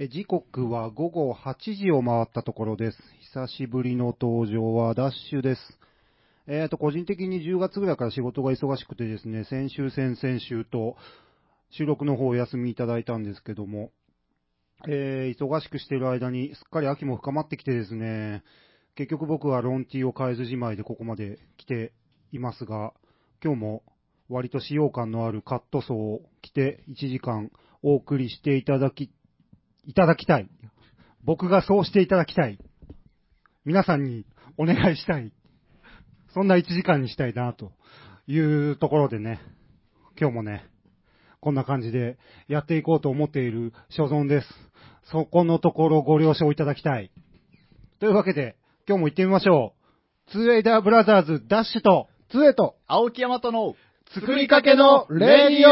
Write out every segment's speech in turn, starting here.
時刻は午後8時を回ったところです。久しぶりの登場はダッシュです。個人的に10月ぐらいから仕事が忙しくてですね、先週、先々週と収録の方をお休みいただいたんですけども、忙しくしている間にすっかり秋も深まってきてですね、結局僕はロンティーを変えずじまいでここまで来ていますが、今日も割と使用感のあるカットソーを着て1時間お送りしていただきたい。僕がそうしていただきたい。皆さんにお願いしたい。そんな1時間にしたいなというところでね、今日もね、こんな感じでやっていこうと思っている所存です。そこのところご了承いただきたい。というわけで、今日も行ってみましょう。ツーエイダーブラザーズダッシュとツーエイと青木山との作りかけのレディ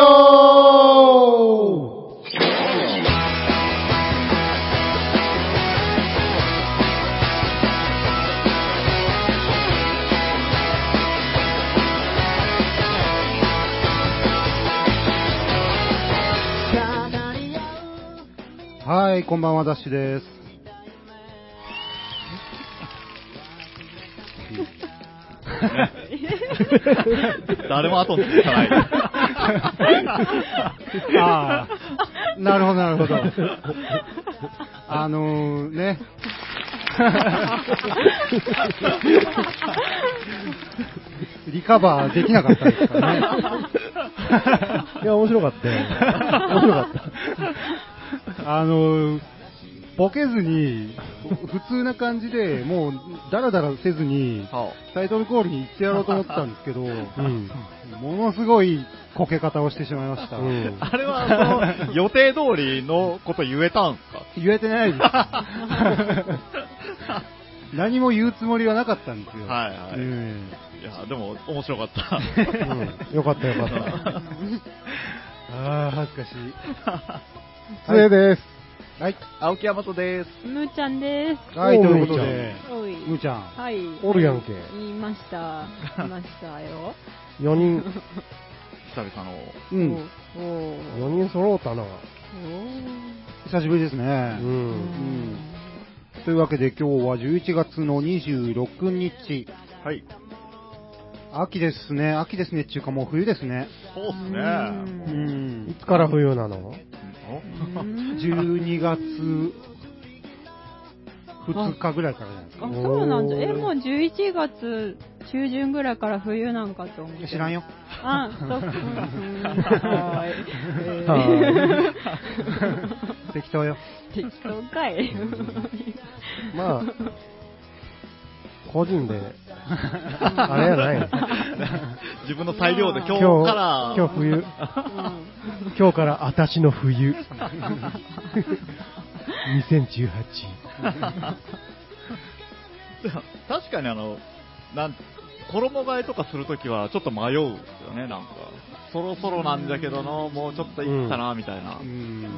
オ。 はい、こんばんはダッシュです。 誰も後につかない。 ああ、なるほど、なるほど。ね。リカバーできなかったですかね。 いや、面白かったよ。面白かった。 ボケずに、普通な感じで、もう、ダラダラせずに、タイトルコールに行ってやろうと思ってたんですけど、ものすごいこけ方をしてしまいました。 あれは、予定通りのこと言えたんすか？ 言えてないです。何も言うつもりはなかったんですよ。 はいはい。いや、でも、面白かった。 よかったよかった。 ああ、恥ずかしい。 つえです。 はい。 青木山とです。 むーちゃんです。 はい、ということで、 おい。 むーちゃん。 はい。 おるやんけ。 言いました。言いましたよ。 4人。 久々の。 うん。 4人揃うたな。 久しぶりですね。というわけで今日は11月の26日。 はい。 秋ですね。秋ですねっていうかもう冬ですね。 そうっすね。 いつから冬なの ？12月2日ぐらいからじゃないですか。 あ、そうなんだ。もう11月中旬ぐらいから冬なんかと思って。 知らんよ。 あ、そっか。はーい。 適当よ。 適当かい。 まあ、個人で、あれやない。 自分の裁量で今日から。 今日冬。今日からあたしの冬。2018。 確かに衣替えとかするときはちょっと迷うんですよね、なんか。そろそろなんだけどな、もうちょっといったな、みたいな。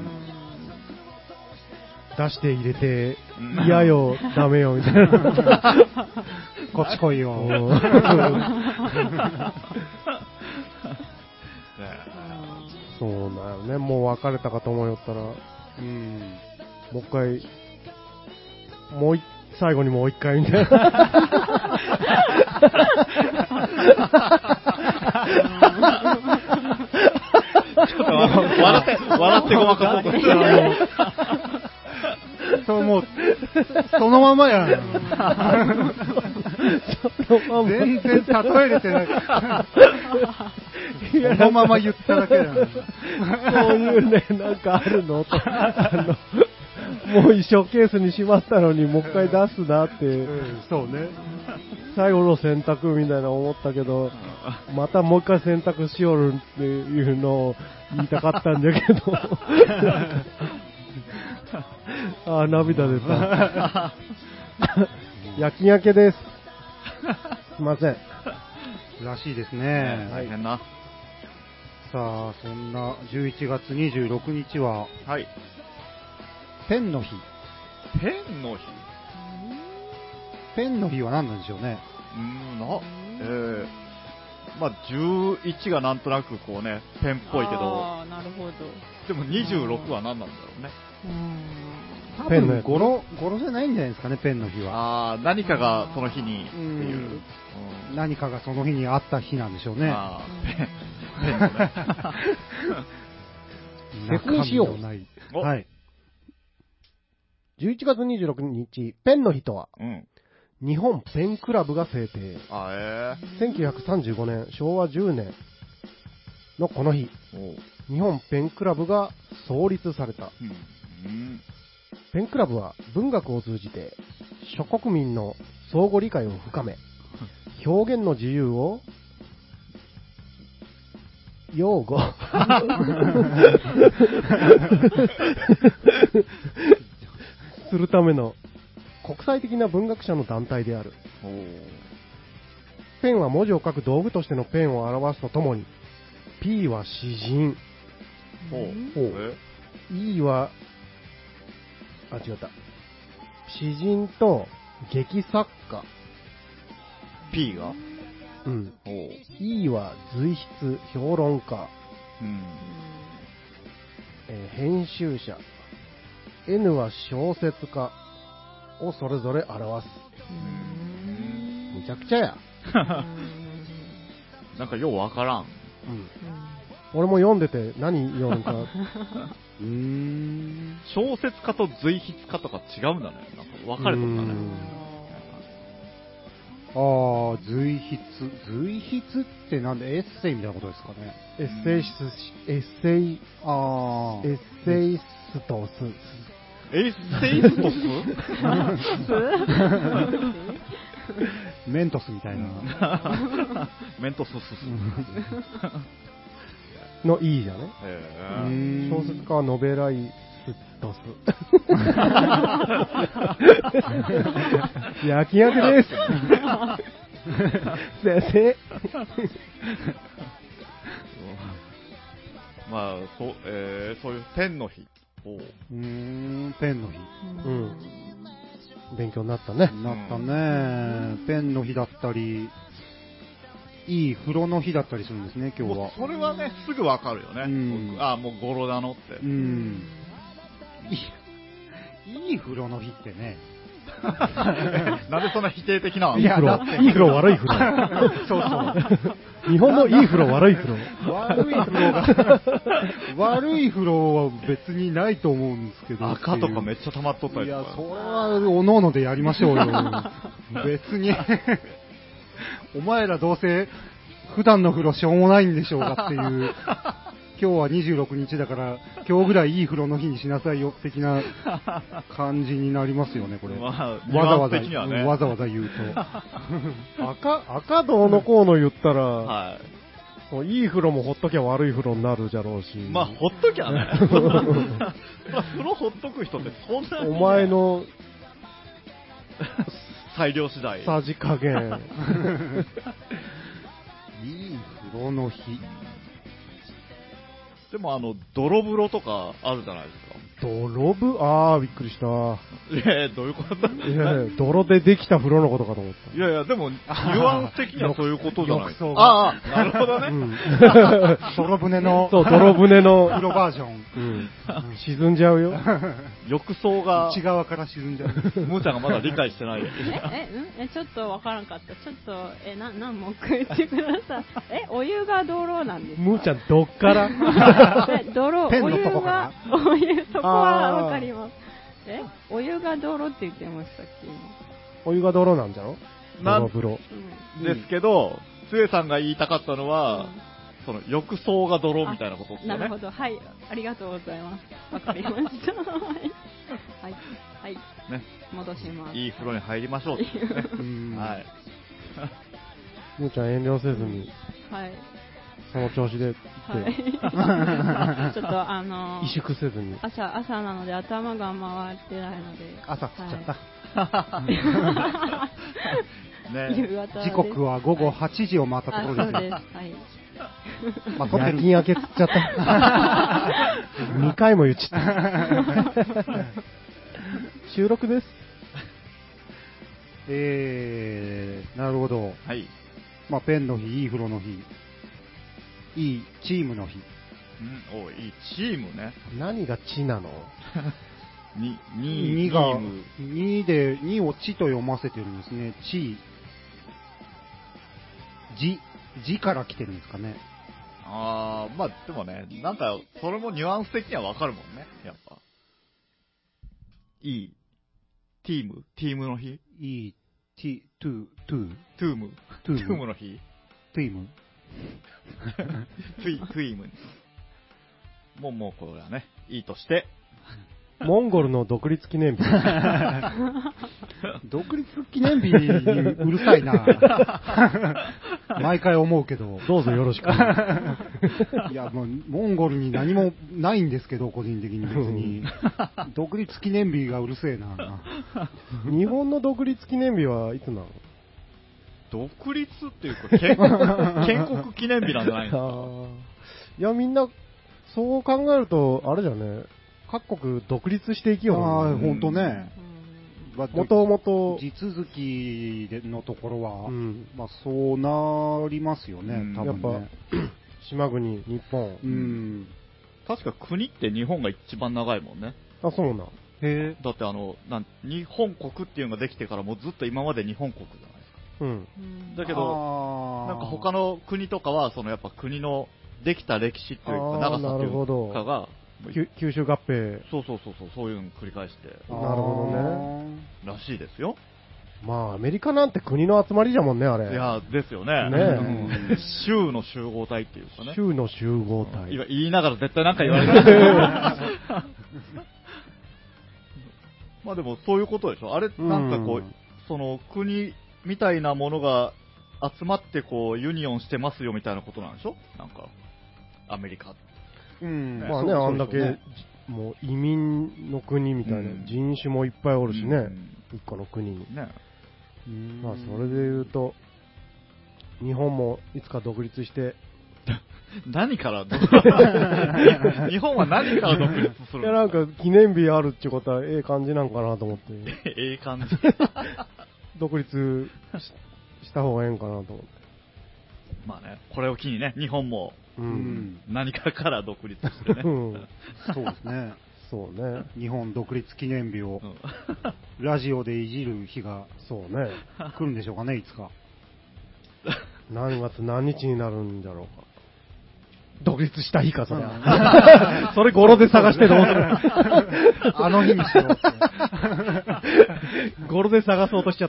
出して入れて、嫌よ、ダメよ、みたいな。 こっち来いよ。 そうだよね、もう別れたかと思いよったら、もう一回、最後にもう一回みたいな。 ちょっと笑ってごまかそうとしてそうもう、そのままやん。全然例えれてない。そのまま言っただけだよ。 そういうね、なんかあるのと。もう衣装ケースにしまったのにもう一回出すなって、 そうね。 最後の選択みたいな思ったけど、またもう一回選択しよるっていうのを言いたかったんだけど、あ、涙出た。夜勤明けです。すいません。 らしいですね。 大変な。 さあ、そんな11月26日は、 はい。 ペンの日。 ペンの日？ ペンの日は何なんでしょうね。 まあ、11がなんとなくこうね、ペンっぽいけど、 なるほど。 でも26は何なんだろうね。 多ペンのやつ分語呂じゃないんじゃないですかね、ペンの日は。 何かがその日にっていう。うん何かがその日にあった日なんでしょうね。 ペンのね。 説明しよう中身のない。 おはい。 11月26日、ペンの日とは、 うん。 日本ペンクラブが制定。1935年、昭和10年のこの日、 おう日本ペンクラブが創立された。 うん。 ペンクラブは文学を通じて諸国民の相互理解を深め、表現の自由を擁護するための国際的な文学者の団体である。 おうペンは文字を書く道具としてのペンを表すとともに、P は詩人、 おうお E は、違った。詩人と劇作家、 P がうん。 おう E は随筆、評論家、 うん。 編集者、N は小説家をそれぞれ表す。むちゃくちゃや。 なんかようわからん。 うん。俺も読んでて何読むか。 小説家と随筆家とか違うんだね。なんか分かれとったね。 随筆ってなんでエッセイみたいなことですかね。 エッセイストス。 エッセイストスメントスみたいな。 メントススの E じゃね。小説家はノベライストス。夜勤明けです。先生。 まあ、そういうペンの日。 ペンの日。 勉強になったね。 なったね。ペンの日だったり、いい風呂の日だったりするんですね、今日は。 それはね、すぐわかるよね。もう語呂だのって。 いい風呂の日ってね。 なんでそんな否定的なの？ いい風呂、いい風呂、悪い風呂。 そうそう。 日本のいい風呂、悪い風呂。 悪い風呂は別にないと思うんですけど。 赤とかめっちゃ溜まっとったりとか。 いや、それはおのおのでやりましょうよ。別に。お前らどうせ普段の風呂しょうもないんでしょうかっていう。今日は26日だから今日ぐらいいい風呂の日にしなさいよ的な感じになりますよね、これ。わざわざ言うと。赤どうのこうの言ったら、いい風呂もほっときゃ悪い風呂になるじゃろうし。 まあ、ほっときゃね。風呂ほっとく人ってそんなに、 お前の裁量次第。 さじ加減。 いい風呂の日。 でも泥風呂とかあるじゃないですか。 泥風びっくりした。 どういうこと？ 泥でできた風呂のことかと思った。 いや、でも、ニュアンス的にはそういうことじゃないですか。なるほどね。 泥船の。 そう、泥船の。 風呂バージョン。 沈んじゃうよ。 浴槽が。 内側から沈んじゃう。 むーちゃんがまだ理解してない。 ちょっとわからんかった。ちょっと、何も言ってください。お湯が泥なんですか？ むーちゃん、どっからお湯が、 そこはわかります。お湯が泥って言ってましたっけ？ お湯が泥なんじゃろ？泥風呂。 ですけど、つえさんが言いたかったのは、その浴槽が泥みたいなことですよね。 なるほど、はい、ありがとうございます。わかりました。はい、ね、戻します。 いい風呂に入りましょう。はい。 むーちゃん遠慮せずに。 はい。 その調子で、 ちょっと萎縮せずに。 朝なので頭が回ってないので。 朝つっちゃった。時刻は午後8時を回ったところです。 そうです。はい。 夜勤明けつっちゃった。2回も言っちゃった。収録です。 なるほど。 はい。 まあ、ペンの日、いい風呂の日。いいチームの日。 いいチームね。 何がチなの？ 2が、2を地と読ませてるんですね。字から来てるんですかね。 まあでもね、なんか、それもニュアンス的にはわかるもんね、やっぱ。ティームの日トゥームの日トゥームトゥイム。もうこれはね、いいとして。 モンゴルの独立記念日。 独立記念日にうるさいな。毎回思うけど。 どうぞよろしく。 いや、もう、モンゴルに何もないんですけど、個人的に別に。独立記念日がうるせえな。 日本の独立記念日はいつなの？ 独立っていうか、建国記念日なんじゃないんですか。 いや、みんな、そう考えると、あれじゃね、各国独立していきよう。 ほんとね。 もともと地続きのところは、まあそうなりますよね、多分ね。 やっぱ島国、日本。 確か国って日本が一番長いもんね。 あ、そうな。 へだって日本国っていうのができてからもうずっと今まで日本国じゃないですか。だけど、なんか他の国とかは、やっぱ国のできた歴史っていうか長さっていうかが、 九州合併。 そういうのを繰り返して。 なるほどね。 らしいですよ。 まあ、アメリカなんて国の集まりじゃもんね、あれ。 いや、ですよね。州の集合体っていうかね。 州の集合体。 言いながら絶対なんか言われる。まあでもそういうことでしょ。あれ、なんかこう、国みたいなものが集まってユニオンしてますよみたいなことなんでしょ。なんか、アメリカって。 まあね、あんだけ、もう移民の国みたいな、人種もいっぱいおるしね、一個の国に。まあそれで言うと、日本もいつか独立して、 何から日本は何から独立するの？ いや、なんか記念日あるってことはええ感じなんかなと思って。 ええ感じ独立した方がええんかなと思って。 まあね、これを機にね、日本も、何かから独立してね。 そうですね。 そうね。 日本独立記念日を、ラジオでいじる日が、 そうね。 来るんでしょうかね、いつか。 何月何日になるんだろうか。独立した日か、それは。それ語呂で探してどうする？ あの日にしようって。 語呂で探そうとしちゃった。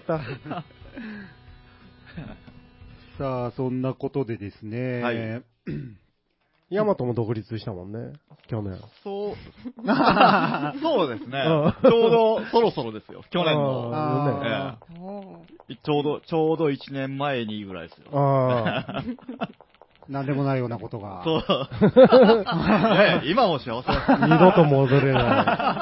さあ、そんなことでですね。はい。 ヤマトも独立したもんね、去年。 そうですね。ちょうどそろそろですよ、去年の。ちょうど1年前にぐらいですよ。 なんでもないようなことが。 そう。今も幸せ。 二度と戻れない。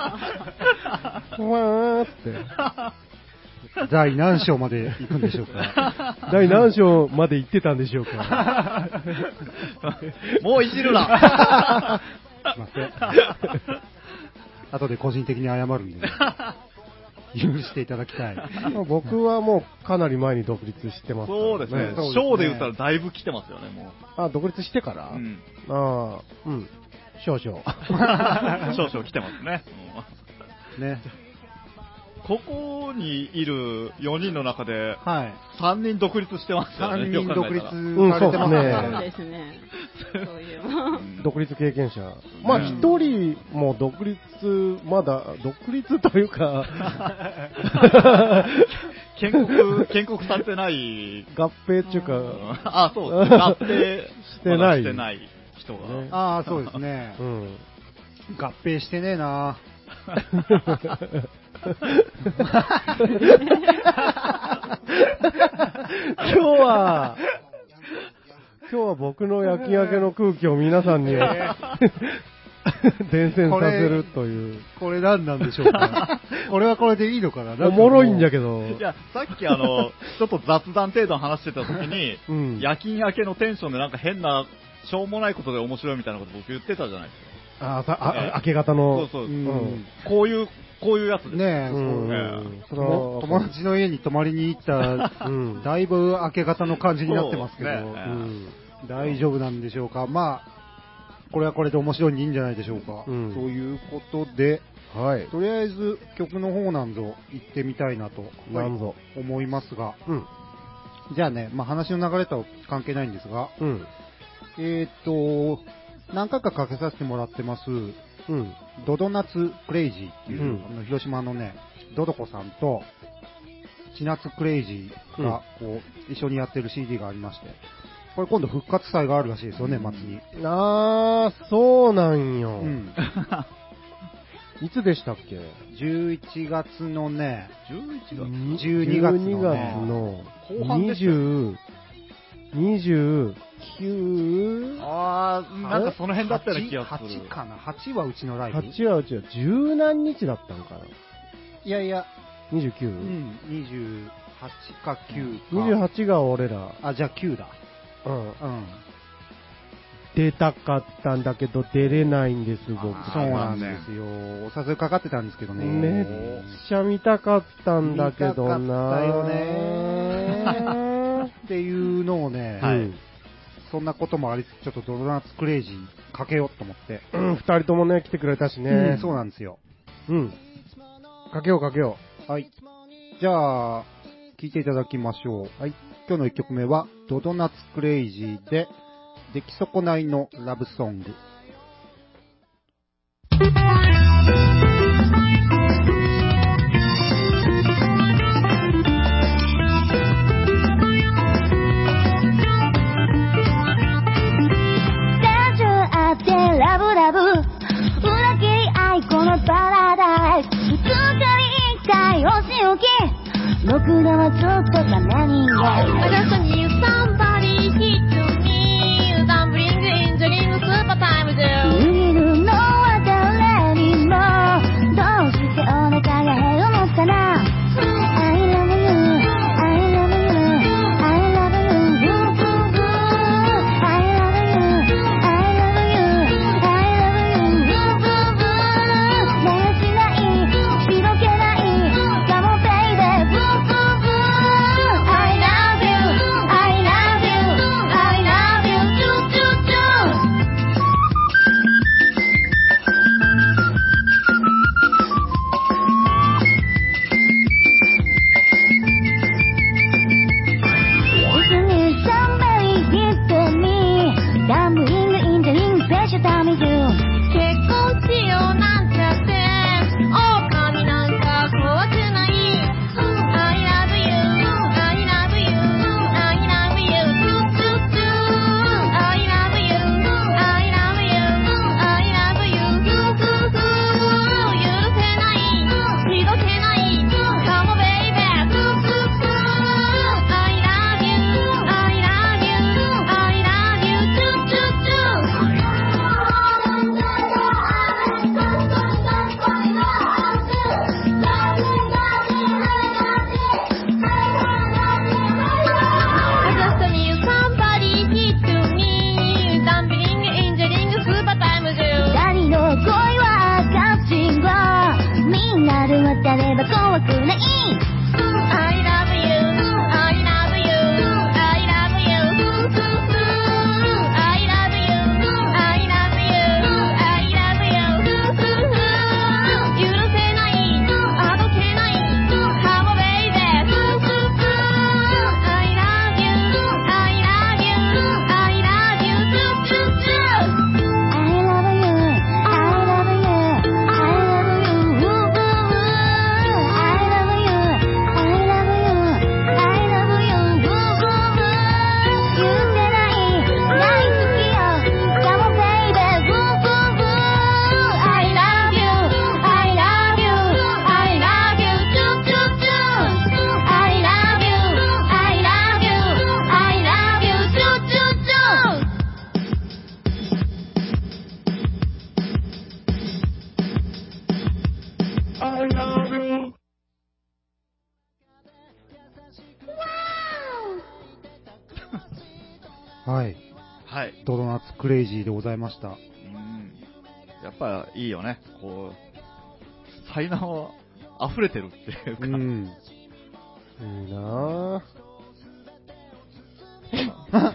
わーって。 第何章まで行くんでしょうか。 第何章まで行ってたんでしょうか。 もういじるな。 すいません。後で個人的に謝るんで、許していただきたい。 僕はもうかなり前に独立してます。 そうですね。章で言ったらだいぶ来てますよね、もう。 独立してから？少々。 少々来てますね。 ね。 ここにいる4人の中で、3人独立してますよね。 3人独立されてますね。 そうですね。そういう。 独立経験者。まあ、1人も独立、まだ、独立というか、 建国されてない。 合併っていうか、 そうですね。合併してない。 してない人が。そうですね。合併してねえな。 今日は僕の夜勤明けの空気を皆さんに伝染させるという。 これ何なんでしょうか。これはこれでいいのかな。 おもろいんだけど。 いや、さっきちょっと雑談程度話してた時に、夜勤明けのテンションでなんか変な、しょうもないことで面白いみたいなこと僕言ってたじゃないですか。明け方の。 そう。こういうやつですね。友達の家に泊まりに行った、だいぶ明け方の感じになってますけど、大丈夫なんでしょうか。まあ、これはこれで面白いんでいいんじゃないでしょうか。そういうことで、 はい。 とりあえず曲の方なんぞ行ってみたいなと思いますが、 うん。 じゃあね、まあ、話の流れとは関係ないんですが、 うん。 何回かかけさせてもらってます、 うん。 ドドナツクレイジーっていう、広島のね、ドドコさんと、チナツクレイジーがこう、一緒にやってる CD がありまして、これ今度復活祭があるらしいですよね、末に。 あー、そうなんよ。 うん。 いつでしたっけ ?11 月のね、 12月の後半でしたよ。 29? なんかその辺だったような気がする。 8かな ?8 はうちのライブ。 8はうちは10何日だったのかな。 いやいや。 29? うん、28か9か。 28が俺ら。 あ、じゃあ9だ。 うん。出たかったんだけど出れないんです、僕。 そうなんですよ。お誘いかかってたんですけどね。 めっちゃ見たかったんだけどな。 見たかったよね。っていうのをね、 はい、 そんなこともありつつ、ちょっとドドナツクレイジーかけようと思って。 2人ともね、来てくれたしね。 そうなんですよ。 うん。かけよう。 はい。じゃあ、聴いていただきましょう。はい。今日の1曲目は、ドドナツクレイジーで、出来損ないのラブソング。 ラブラブ裏切り合いこのパラダイスぶつかり一体お仕置き僕らはずっとためにI just need somebody hit me Tumbling injuring super time 握るのは誰にもどうしてお腹が減るのかなI love you I love you I love you I love you はい。 はい。 ドドナツクレイジーでございました。 やっぱいいよね。こう、才能溢れてるっていうか。いいなぁ。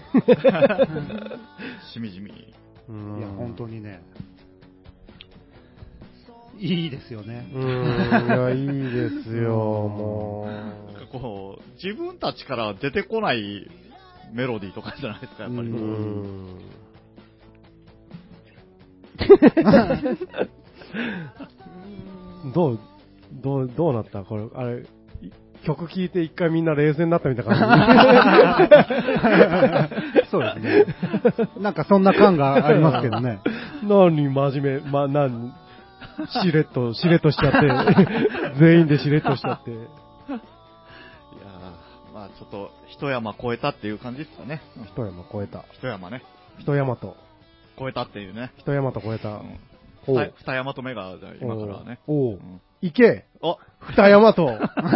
しみじみ。 いや、本当にね。 いいですよね。 いや、いいですよ、もう。 なんかこう、自分たちから出てこないメロディーとかじゃないですか、やっぱり。 どうなったこれ、あれ、曲聴いて一回みんな冷静になったみたいな感じ。そうですね。なんかそんな感がありますけどね。 何真面目、しれっとしちゃって、全員でしれっとしちゃって。いやまあちょっと、一山越えたっていう感じですかね。 一山越えた。 一山ね。 一山と。 越えたっていうね。 一山と越えた。 二山と目が、今からね。 行け二山と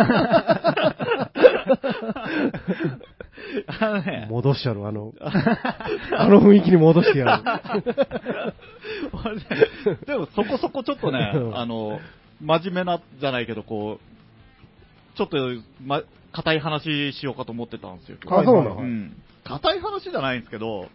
戻しちゃうあの雰囲気に戻してやる。 でもそこそこちょっとね、真面目なじゃないけど、こう、ちょっと、硬い話しようかと思ってたんですよ。 そうなの？ 硬い話じゃないんですけど、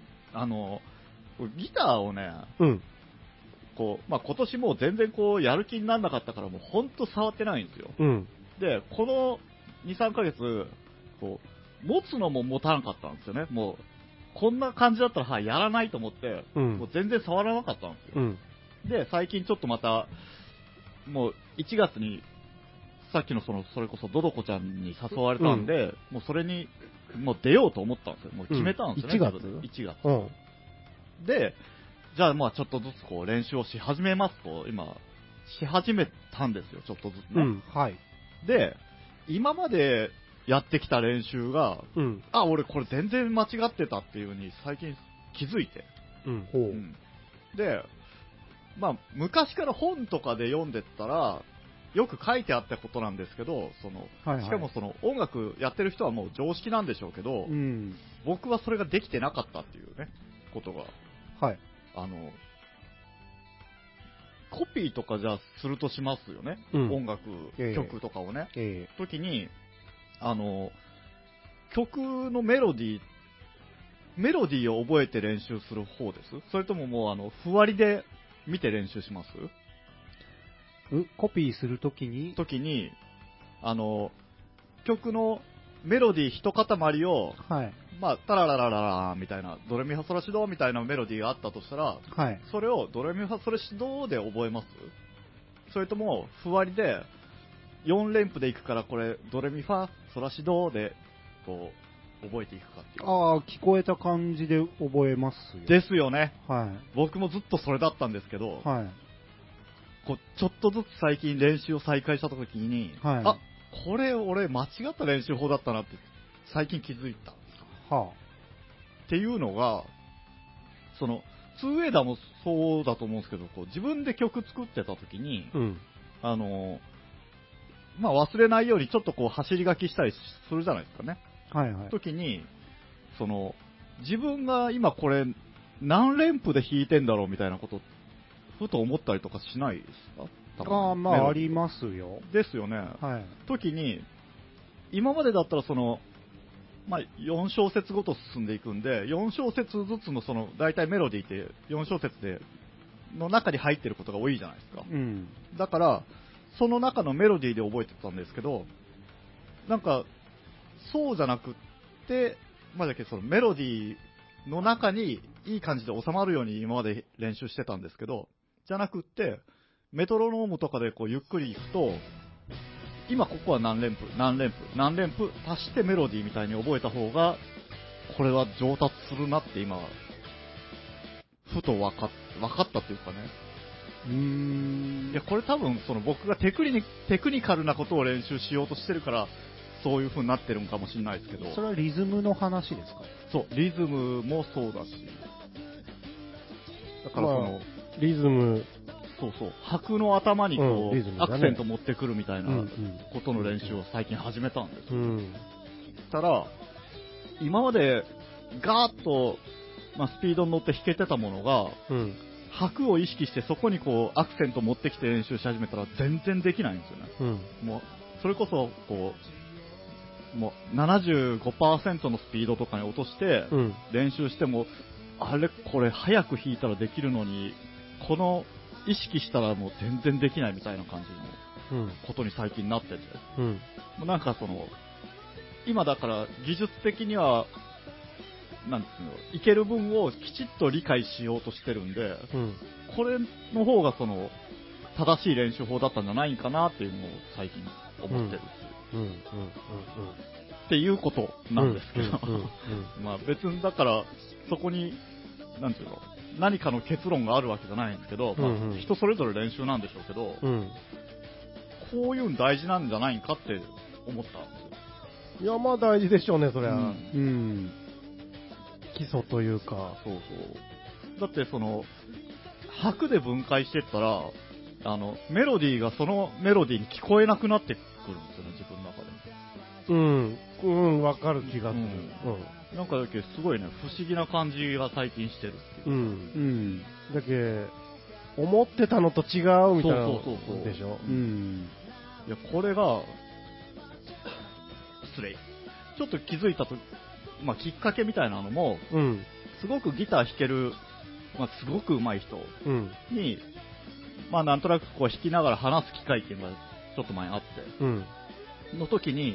ギターをね、こう、今年もう全然こう、やる気にならなかったからもうほんと触ってないんですよ。で、この2、3ヶ月、こう、持つのも持たなかったんですよね。もう、こんな感じだったら、やらないと思って、もう全然触らなかったんですよ。で、最近ちょっとまた、もう1月に、さっきのそれこそドドコちゃんに誘われたんで、もうそれに、もう出ようと思ったんですよ。もう決めたんですよね。1月。で、じゃあちょっとずつこう練習をし始めますと、今、し始めたんですよ、ちょっとずつね。で、今までやってきた練習が、俺これ全然間違ってたっていう風に最近気づいて。で、昔から本とかで読んでったら、よく書いてあったことなんですけど、しかも音楽やってる人はもう常識なんでしょうけど、僕はそれができてなかったっていうね、ことが。コピーとかじゃするとしますよね。音楽、曲とかをね。時に、曲のメロディーを覚えて練習する方です？それとももうふわりで見て練習します？ コピーするときに、 曲のメロディー一塊を、タラララララみたいな、ドレミファソラシドみたいなメロディーがあったとしたら、それをドレミファソラシドで覚えます？それとも、ふわりで、4連符でいくからこれ、ドレミファソラシドで、こう、覚えていくかっていう。 聞こえた感じで覚えますよ。 ですよね。僕もずっとそれだったんですけど、こうちょっとずつ最近練習を再開したときに、これ俺間違った練習法だったなって最近気づいた。っていうのが、2A ダもそうだと思うんですけど、こう自分で曲作ってたときに、忘れないようにちょっとこう走り書きしたりするじゃないですかね。時に、自分が今これ何連符で弾いてんだろうみたいなこと、ふと思ったりとかしないですか？ ありますよ。 ですよね。時に、今までだったら4小節ごと進んでいくんで、4小節ずつの大体メロディーって4小節で、の中に入ってることが多いじゃないですか。だから、その中のメロディーで覚えてたんですけど、なんか、そうじゃなくって、だけどメロディーの中にいい感じで収まるように今まで練習してたんですけど、じゃなくって、メトロノームとかでこうゆっくりいくと、今ここは何連符足してメロディーみたいに覚えた方が、これは上達するなって今、ふと分かったっていうかね。いや、これ多分僕がテクニカルなことを練習しようとしてるから、そういう風になってるんかもしれないですけど。 それはリズムの話ですか？ そう、リズムもそうだし。だからリズム、 拍の頭にこう、アクセント持ってくるみたいなことの練習を最近始めたんですよ。したら、今までガーッと、スピードに乗って弾けてたものが、拍を意識してそこにこうアクセント持ってきて練習し始めたら全然できないんですよね。もうそれこそこうもう 75% のスピードとかに落として練習しても、あれこれ早く弾いたらできるのに、この意識したらもう全然できないみたいな感じのことに最近なってて、もうなんかその、今だから技術的には、なんですよ、いける分をきちっと理解しようとしてるんで、これの方がその、正しい練習法だったんじゃないかなっていうのを最近思ってるっていうことなんですけど、まあ別にだからそこになんていうの何かの結論があるわけじゃないんですけど、まあ、人それぞれ練習なんでしょうけど、こういうの大事なんじゃないかって思ったんですよ。 いやまあ大事でしょうねそれは。基礎というか。 そうそう。だってその拍で分解してったら。メロディーがそのメロディーに聞こえなくなってくるんですよね、自分の中で。 わかる気がする。 なんかだけすごいね、不思議な感じが最近してるっていう。 だけ思ってたのと違うみたいなでしょ。 いや、これが、失礼。ちょっと気づいたと、まあきっかけみたいなのも、すごくギター弾ける、まあすごく上手い人に、まあなんとなくこう弾きながら話す機会っていうのがちょっと前にあって、の時に、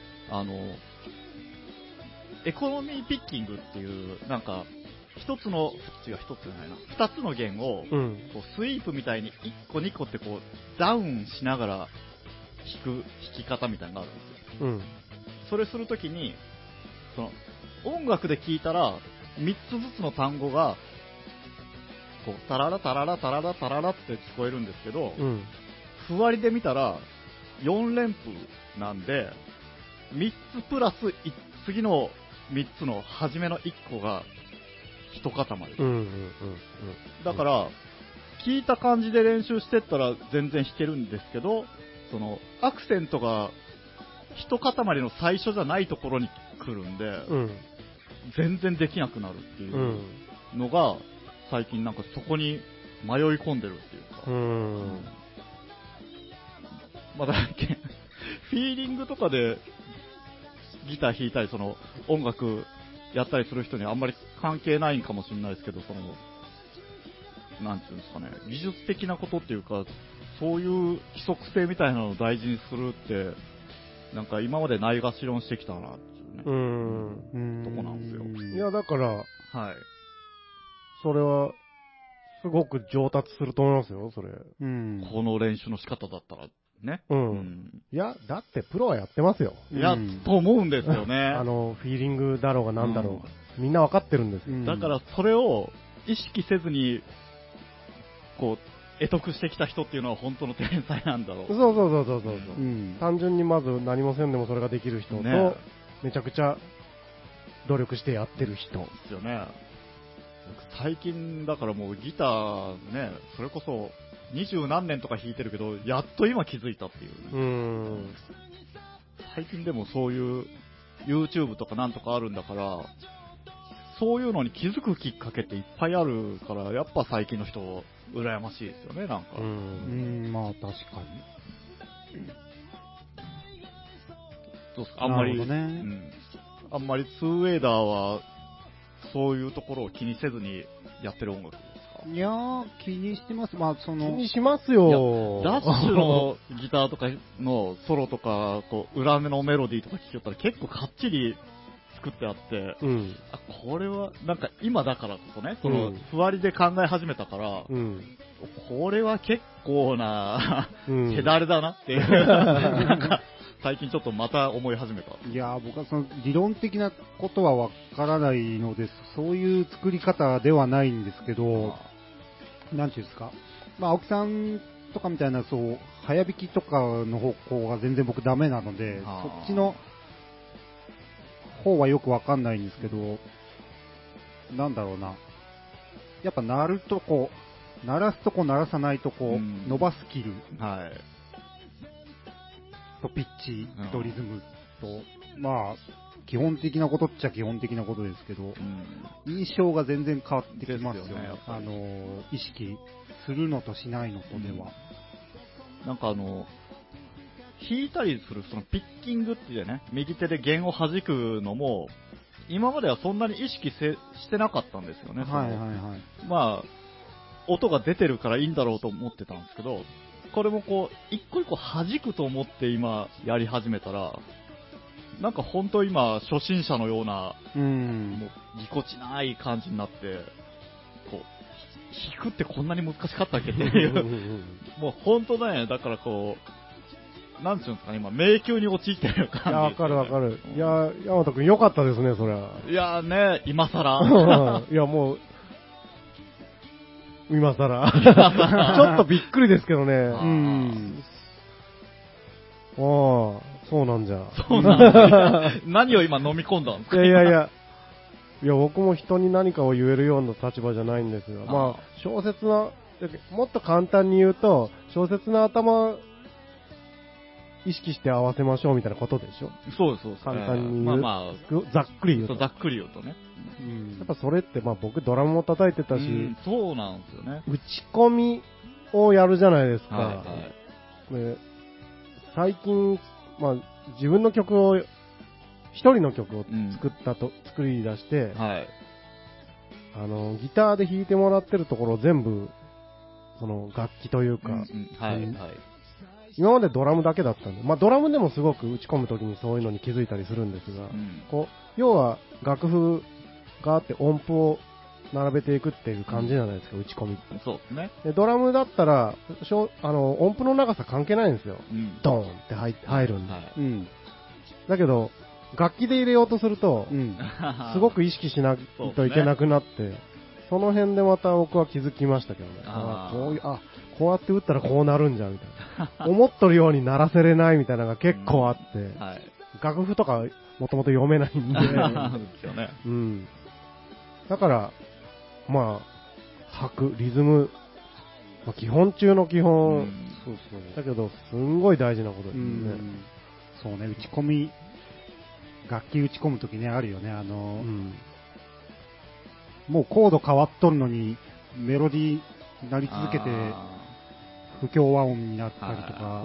エコノミーピッキングっていう、なんか、二つじゃないな、二つの弦を、こうスイープみたいに一個二個ってこう、ダウンしながら弾き方みたいなのがあるんですよ。それするときに、その、音楽で聴いたら、三つずつの単語が、こうタララタララタララタララって聞こえるんですけど、ふわりで見たら4連符なんで3つプラス次の3つの初めの1個が一塊、だから聞いた感じで練習してったら全然弾けるんですけど、そのアクセントが一塊の最初じゃないところに来るんで、全然できなくなるっていうのが最近なんかそこに迷い込んでるっていうか、まあだっけフィーリングとかでギター弾いたりその音楽やったりする人にはあんまり関係ないんかもしれないですけど、そのなんていうんですかね、技術的なことっていうかそういう規則性みたいなのを大事にするってなんか今までないがしろにしてきたなっていうね、とこなんですよ。 いやだから、 はい。 それは、すごく上達すると思いますよ、それ。 この練習の仕方だったらね。 いや、だってプロはやってますよ。 いや、と思うんですよね。 フィーリングだろうがなんだろうが。みんなわかってるんですよ。 だからそれを意識せずに、こう、得得してきた人っていうのは本当の天才なんだろう。 そう。単純にまず何もせんでもそれができる人と、めちゃくちゃ努力してやってる人。 ですよね。最近だからもうギターね、それこそ20何年とか弾いてるけど、やっと今気づいたっていう。最近でもそういう YouTube とかなんとかあるんだから、そういうのに気づくきっかけっていっぱいあるから、やっぱ最近の人羨ましいですよね、なんか。 まあ確かに。 どうですか、あんまり、あんまりツーウェイダーはそういうところを気にせずにやってる音楽ですか？ いやー、気にしてます。まあ、 気にしますよ。 ダッシュのギターとかのソロとか、こう、裏目のメロディーとか聴きよったら結構かっちり作ってあって、あ、これは、なんか今だからこそね、その、ふわりで考え始めたから、これは結構な、手だれだなって、なんか、最近ちょっとまた思い始めた。 いやー、僕はその理論的なことはわからないのです。そういう作り方ではないんですけど、なんていうんですか。まあ、青木さんとかみたいな、そう、早弾きとかの方向が全然僕ダメなので、そっちの方はよくわかんないんですけど、なんだろうな。やっぱ鳴るとこ、鳴らすとこ鳴らさないとこ、伸ばすキル。とピッチとリズムと、まあ、基本的なことっちゃ基本的なことですけど、印象が全然変わってきますよね。意識するのとしないのとでは。 なんか弾いたりするそのピッキングっていうね、右手で弦を弾くのも、今まではそんなに意識してなかったんですよね。まあ、 音が出てるからいいんだろうと思ってたんですけど、これもこう、一個一個弾くと思って今やり始めたら、なんか本当今、初心者のような、もうぎこちない感じになって、こう、弾くってこんなに難しかったっけっていう、もう本当ね、だからこう、なんていうんですかね、今、迷宮に陥ってる感じ、ね。いや、 わかるわかる。いや、山田くん良かったですね、それは。 いやね、今更。 いや、もう、今更。ちょっとびっくりですけどね。そうなんじゃ。 そうなんじゃ。何を今飲み込んだんですか？ いや、僕も人に何かを言えるような立場じゃないんですが、まあ、小説の、もっと簡単に言うと、小説の頭、意識して合わせましょうみたいなことでしょ？ そうです。 簡単に言う。まあ、ざっくり言うと。 ざっくり言うとね。 やっぱそれって、まあ僕ドラムも叩いてたし、 そうなんですよね。 打ち込みをやるじゃないですか。最近、まあ自分の曲を、一人の曲を作り出して、ギターで弾いてもらってるところを全部、その楽器というか、今までドラムだけだったんで、まあドラムでもすごく打ち込むときにそういうのに気づいたりするんですが、こう要は楽譜があって音符を並べていくっていう感じじゃないですか、打ち込みって。 そうですね。 でドラムだったら音符の長さ関係ないんですよ。ドーンって入るんで。だけど、楽器で入れようとすると、すごく意識しないといけなくなって、その辺でまた僕は気づきましたけどね。こうやって打ったらこうなるんじゃみたいな。思っとるように鳴らせれないみたいなのが結構あって、楽譜とかもともと読めないんで。だから、まあ、リズム、まあ、基本中の基本、だけど、すんごい大事なことですよね。 そうね、打ち込み、楽器打ち込むときね、あるよね、もうコード変わっとるのに、メロディーなり続けて、不協和音になったりとか、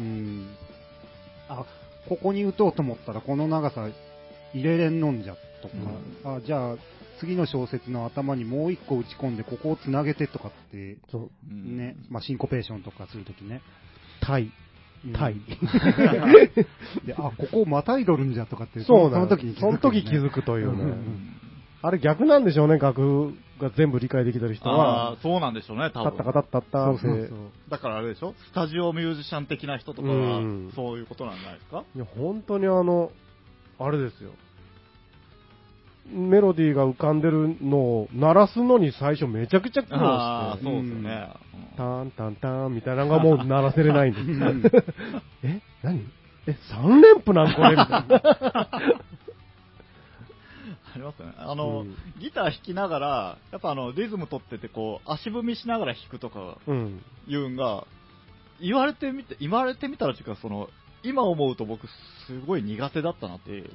ここに打とうと思ったら、この長さ入れれんのんじゃとか、じゃあ、次の小説の頭にもう一個打ち込んで、ここをつなげてとかって、ね、まあ、シンコペーションとかするときね。 タイ。 で、ここをまたいどるんじゃとかって、 その時気づくというね。あれ逆なんでしょうね、楽譜が全部理解できてる人は。 そうなんでしょうね、多分。 たったって。 だからあれでしょ、スタジオミュージシャン的な人とかは、そういうことなんじゃないですか？ いや、本当にあれですよ。メロディーが浮かんでるのを鳴らすのに最初めちゃくちゃ苦労して。 そうですよね。 タンタンタンみたいなのがもう鳴らせれないんです。何3連符なんこれみたいな。 ありますよね。ギター弾きながら、やっぱリズム取ってて、こう、足踏みしながら弾くとか、いうんが、言われてみたらっていうか、今思うと僕、すごい苦手だったなっていう。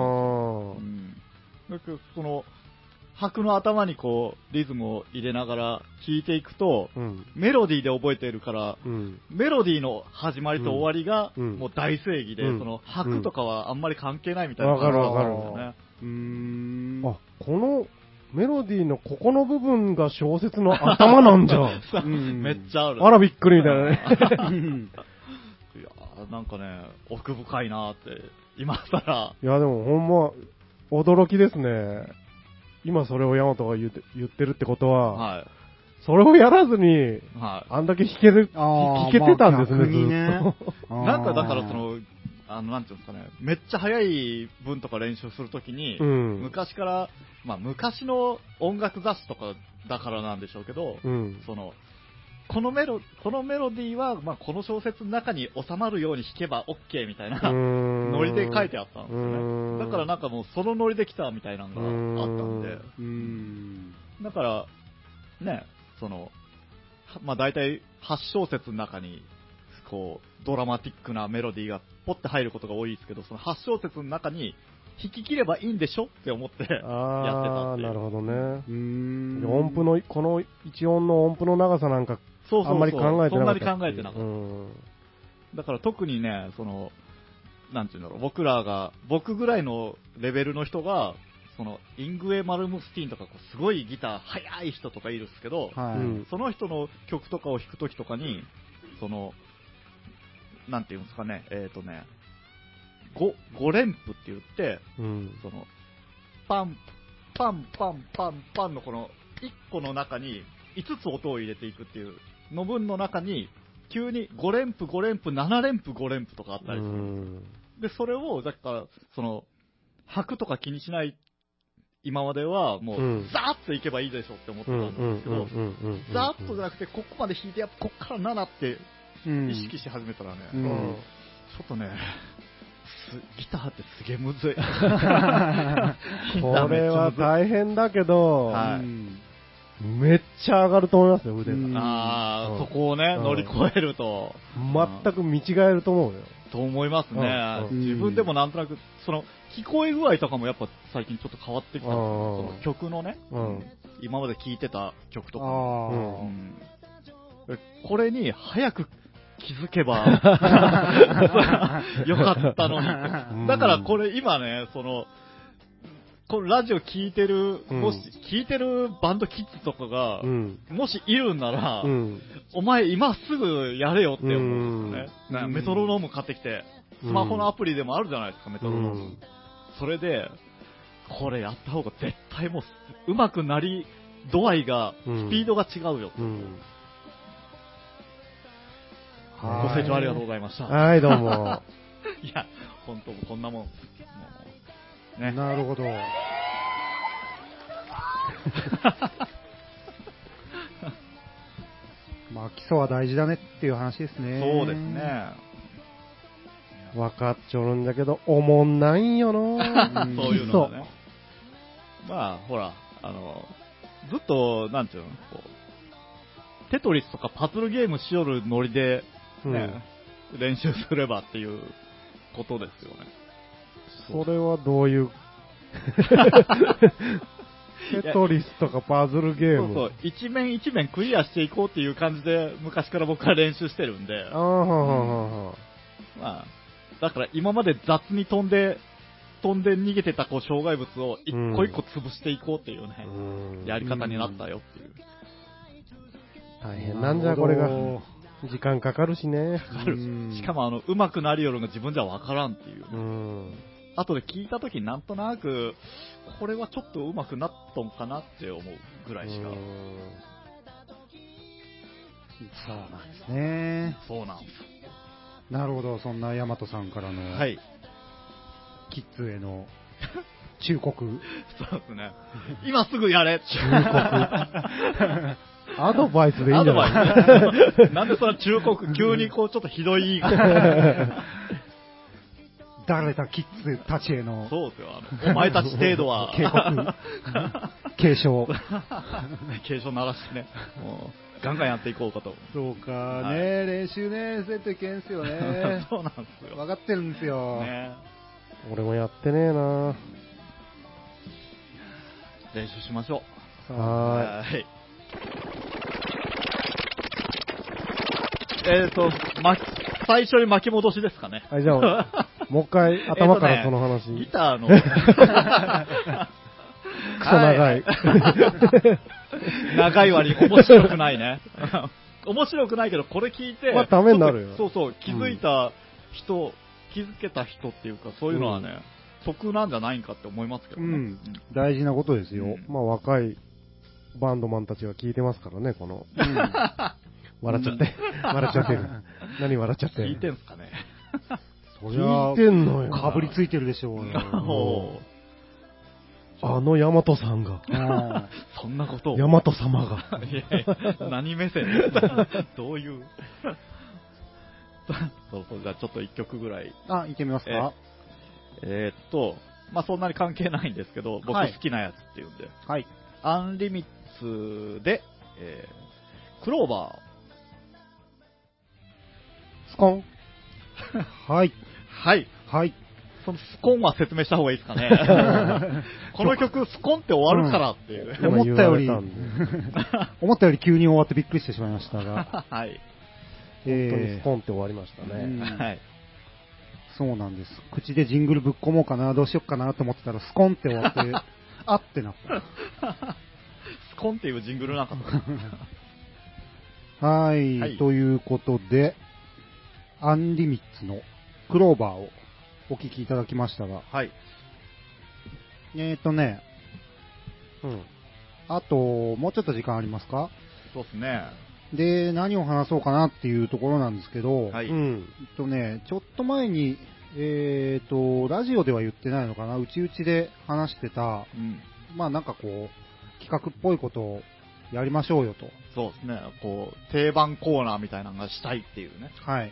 拍の頭にこう、リズムを入れながら弾いていくと、メロディーで覚えているから、メロディーの始まりと終わりが、もう大正義で、拍とかはあんまり関係ないみたいな感じがあるんですよね。 このメロディーのここの部分が小説の頭なんじゃ。 めっちゃある。 あらびっくりみたいなね。 いやなんかね、奥深いなって、今更。 いや、でもほんま、驚きですね。今それをヤマトが言ってるってことは、それをやらずに、あんだけ弾けてたんですね、ずっと。 なんかだからなんていうんですかね、めっちゃ速い文とか練習するときに、昔から、まあ昔の音楽雑誌とかだからなんでしょうけど、このメロディーは、まあ、この小説の中に収まるように弾けば OK みたいなノリで書いてあったんですよね。だからなんかもうそのノリで来たみたいなのがあったんで、だからね、まあ大体8小節の中にこうドラマティックなメロディーがポッて入ることが多いですけど、その8小節の中に弾き切ればいいんでしょって思ってやってたっていう。 なるほどね。音符の、この一音の音符の長さなんかあんまり考えてなかった。 そんなに考えてなかった。だから特にね、なんていうんだろう、僕ぐらいのレベルの人が、 そのイングウェ・マルムスティーンとかすごいギター速い人とかいるんですけど、 はい、 その人の曲とかを弾くときとかに、そのなんていうんですかね、5連符って言って、そのパンパンパンパンパンのこの1個の中に5つ音を入れていくっていうの分の中に急に5連符5連符7連符5連符とかあったりするんです。でそれをだからその拍とか気にしない今まではもうザーッといけばいいでしょって思ってたんですけど、ザーッとじゃなくてここまで弾いてやっぱここから7って意識し始めたらね、ちょっとねギターってすげえむずい。 これは大変だけど、はい、めっちゃ上がると思いますよ、腕が。そこをね、乗り越えると。 全く見違えると思うよ。 と思いますね。自分でもなんとなく、その、聞こえ具合とかもやっぱ最近ちょっと変わってきた。その曲のね、今まで聴いてた曲とか。これに早く気づけばよかったのに。だからこれ今ね、その、このラジオ聞いてる、もし、聞いてるバンドキッズとかが、もしいるんなら、お前今すぐやれよって思うんですよね。メトロノーム買ってきて、スマホのアプリでもあるじゃないですか、メトロノーム。それで、これやった方が絶対もう、上手くなり度合いが、スピードが違うよ。ご清聴ありがとうございました。 はい、どうも。 いや、本当こんなもん。 ね、なるほど。まあ、基礎は大事だねっていう話ですね。 そうですね。 分かっちょるんだけど、おもんないんよなそういうのね。まあ、ほら、ずっと、なんていうの、こう、テトリスとかパズルゲームしよるノリで、ね、練習すればっていうことですよね。 それはどういうテトリスとかパズルゲーム。 そうそう、一面一面クリアしていこうっていう感じで昔から僕は練習してるんで。まあ、だから今まで雑に飛んで逃げてたこう障害物を一個一個潰していこうっていうね、やり方になったよっていう。 大変なんじゃこれが。時間かかるしね。 しかも上手くなるよりが自分じゃわからんっていう。後で聞いたときなんとなく、これはちょっと上手くなっとんかなって思うぐらいしか。 そうなんですね。 そうなんです。 なるほど、そんな大和さんからの、 はい、 キッズへの忠告。 そうですね。今すぐやれ。 忠告。アドバイスでいいんじゃないなんでそんな忠告、急にこうちょっとひどい言い方。 誰だキッズたちへの。 そうですよ。お前たち程度は。 警告。警鐘。 警鐘鳴らしてね。もうガンガンやっていこうかと。 そうかね、はい、練習ね、せんといけんすよね。 そうなんですよ。 分かってるんですよ。 ね、俺もやってねえな。 練習しましょう。 はい。 最初に巻き戻しですかね。 はい、じゃあ、もう一回頭からその話。 ギターの。 クソ長い。 長い割に面白くないね。面白くないけど、これ聞いて、 まあ、ためになるよ。 そうそう、気づけた人っていうか、そういうのはね、得なんじゃないんかって思いますけどね。 大事なことですよ。 まあ、若いバンドマンたちが聞いてますからね、この。笑っちゃって。笑っちゃってる。何笑っちゃってる。 聞いてんすかね。 聞いてんのよ。 かぶりついてるでしょうよ。 ヤマトさんが。 そんなことを。 ヤマト様が。 いや何目線どういう。そうじゃあちょっと一曲ぐらい。 行ってみますか。 まあそんなに関係ないんですけど、僕好きなやつっていうんで。 はい。 アンリミッツで、クローバー。 スコン。 はい。 はい。 はい。 そのスコンは説明した方がいいですかね。この曲、スコンって終わるからっていう。 思ったより急に終わってびっくりしてしまいましたが。 はい。 本当にスコンって終わりましたね。 はい。 そうなんです。口でジングルぶっ込もうかな、どうしようかなと思ってたら、スコンって終わって、 あってなった。 スコンっていうジングルなかった。 はい、ということで、アンリミッツのクローバーをお聴きいただきましたが、 はい。 あと、もうちょっと時間ありますか？ そうですね。 で、何を話そうかなっていうところなんですけど、 はい。 ちょっと前に、ラジオでは言ってないのかな、うちで話してた、まあなんかこう、企画っぽいことをやりましょうよと。 そうですね。こう、定番コーナーみたいなのがしたいっていうね。 はい。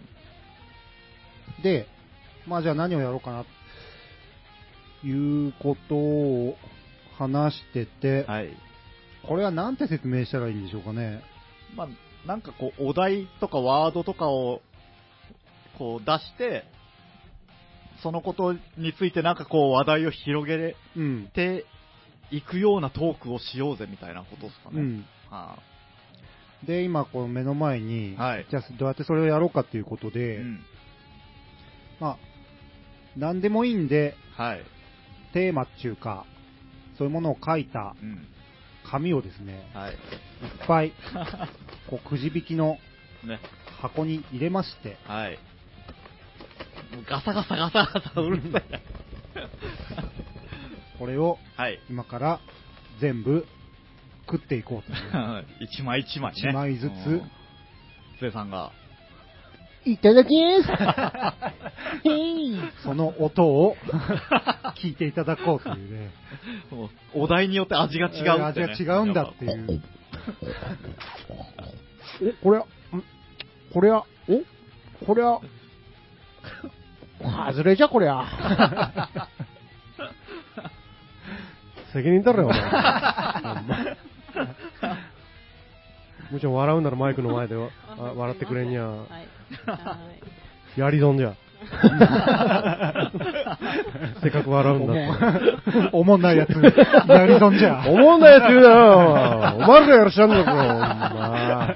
で、まあじゃあ何をやろうかな、ということを話してて、 はい。 これはなんて説明したらいいんでしょうかね。 まあ、なんかこう、お題とかワードとかを、こう出して、そのことについてなんかこう話題を広げていくようなトークをしようぜみたいなことですかね。 で、今この目の前に、 はい、 じゃあどうやってそれをやろうかっていうことで、まあ、なんでもいいんで、 はい、 テーマっていうか、そういうものを書いた紙をですね、 はい、 いっぱいこうくじ引きの箱に入れまして、 はい、ガサガサガサガサうるさいこれを今から全部食っていこうと一枚一枚ね、 一枚ずつつえさんがいただきますその音を聞いていただこうというねお題によって味が違うって、ね、 味が違うんだっていうこれは外れじゃこりゃ責任取れよお前もちろん笑うならマイクの前で笑ってくれんにゃ、やり損じゃせっかく笑うんだっておもんないやつやり損じゃおもんないやつ言うなよお前らがやるしゃんのか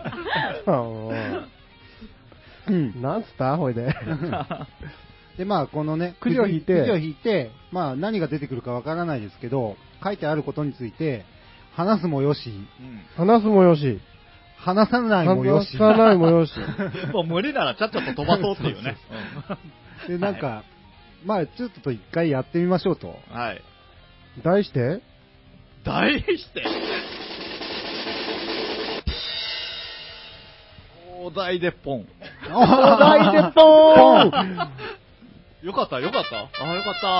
なんつったほいでで、まあ、このね、 くじを引いて、まあ、何が出てくるかわからないですけど、書いてあることについて、話すもよし、 話すもよし、 話さないもよし。 話さないもよし。 もう無理ならちゃっちゃと飛ばそうっていうね。 で、なんか、まあ、ちょっと一回やってみましょうと。 はい。 題してお題でポン。 お題でポンよかった。あ、よかった。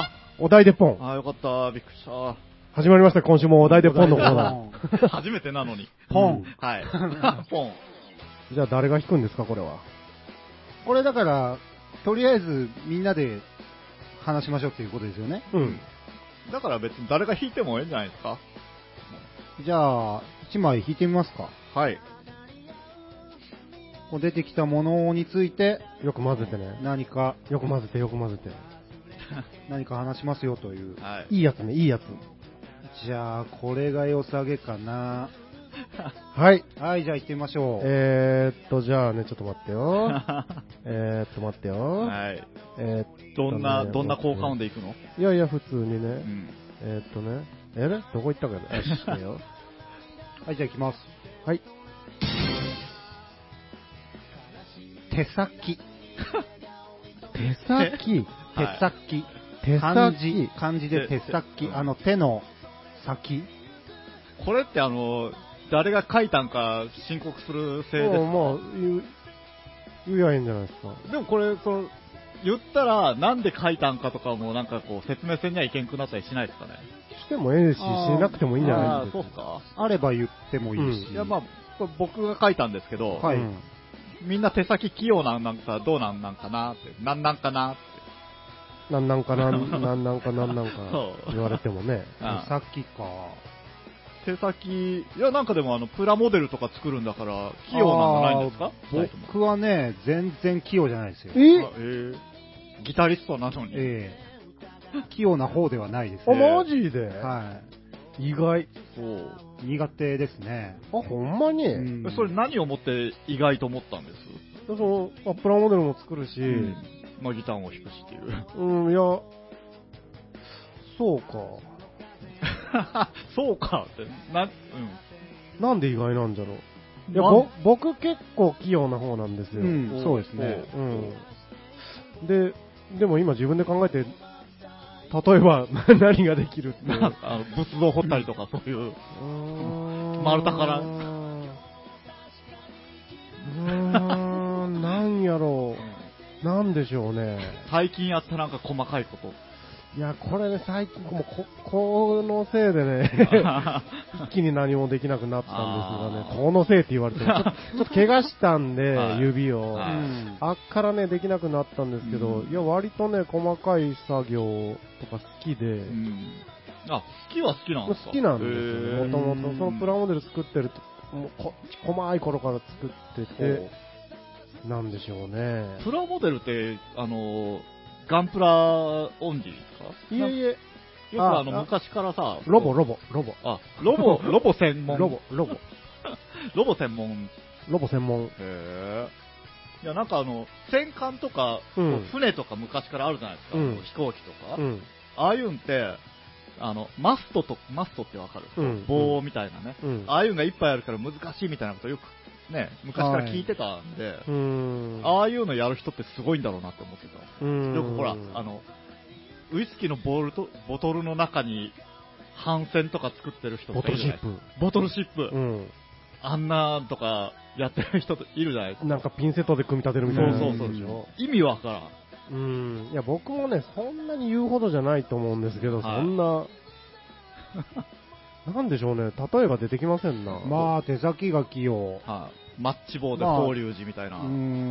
お題でポン。 あ、よかった。びっくりした。 始まりました、今週もお題でポンのコーナー。初めてなのに。 ポン。 はい。ポン。 じゃあ誰が弾くんですか、これは。 これだから、とりあえずみんなで話しましょうっていうことですよね。 だから別に誰が弾いてもいいんじゃないですか。 じゃあ、1枚弾いてみますか。 はい。 出てきたものについて、 よく混ぜてね。 何か、 よく混ぜて。 何か話しますよという。 はい。 いいやつね、いいやつ。 じゃあ、これが良さげかな。 はい。 はい、じゃあ行ってみましょう。じゃあね、ちょっと待ってよ。待ってよ。 はい。どんな効果音でいくの？ いや、普通にね。どこ行ったかなしてよ。 はい、じゃあ行きます。 はい。 手先。漢字で手先。手の先。 これって誰が書いたんか申告するせいですか？ まあ、言やいいんじゃないですか。 でもこれ、言ったら、なんで書いたんかとかもなんかこう、説明せんにはいけんくなったりしないですかね？ してもええし、しなくてもいいんじゃないですか。 そうっすか？ あれば言ってもいいし。 いや、まあ、これ僕が書いたんですけど、 はい。 みんな手先器用なんかどうなんかなって、なんかなって。 なんか言われてもね。 手先か。 手先、いやなんかでもプラモデルとか作るんだから器用なんじゃないんですか？ 僕はね、全然器用じゃないですよ。 ギタリストなのに。 器用な方ではないです。 マジで？ はい。 意外。 苦手ですね。 ほんまに？ それ何をもって意外と思ったんです？ プラモデルも作るし、 まあギターも弾くしっていう。 いや、そうか。 そうかって。 なんで意外なんだろう。いや、僕結構器用な方なんですよ。 そうですね。 でも今自分で考えて、例えば何ができるって。 仏像掘ったりとかそういう。丸太から。 なんやろう。なんでしょうね。 最近やったなんか細かいこと。 いや、これね、最近、もうこのせいでね、一気に何もできなくなったんですがね、このせいって言われても、ちょっと怪我したんで、指を。あっからね、できなくなったんですけど、いや、割とね、細かい作業とか好きで、 好きは好きなんですか？ 好きなんですよ、もともと。そのプラモデル作ってると、もう細い頃から作ってて、なんでしょうね。 プラモデルって、ガンプラオンリーですか？ いえいえ。 よく昔からさ、 ロボ。 ロボ専門。 ロボ専門。 いや、なんか戦艦とか、船とか昔からあるじゃないですか。飛行機とか。ああいうんって、マストってわかる？棒みたいなね。ああいうのがいっぱいあるから難しいみたいなことよくね、昔から聞いてたんで、ああいうのやる人ってすごいんだろうなって思ってた。よくほら、ウイスキーのボトルの中に帆船とか作ってる人っているじゃないですか。ボトルシップ。あんなとかやってる人いるじゃないですか。 なんかピンセットで組み立てるみたいな。 そうでしょ。意味わからん。いや、僕もね、そんなに言うほどじゃないと思うんですけど、そんな、なんでしょうね、例えが出てきませんな。 まあ、手先が器用。 マッチ棒で法隆寺みたいな。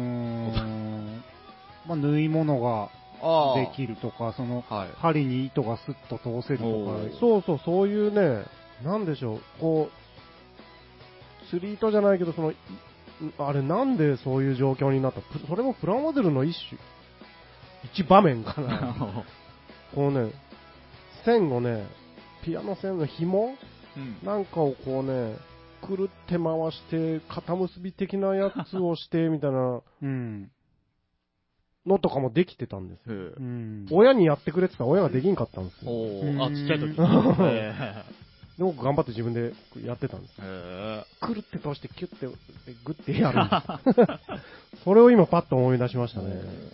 まあ、縫い物ができるとか、針に糸がスッと通せるとか。 そういうね、なんでしょう、こう、釣り糸じゃないけど、あれなんでそういう状況になった？それもプラモデルの一場面かな。こうね、線をね、ピアノ線の紐、なんかをこうね、くるって回して、肩結び的なやつをして、みたいなのとかもできてたんですよ。親にやってくれてたら親ができんかったんですよ。 ちっちゃい時。 で、僕頑張って自分でやってたんですよ。くるって通してキュッてグッてやるんです。それを今パッと思い出しましたね。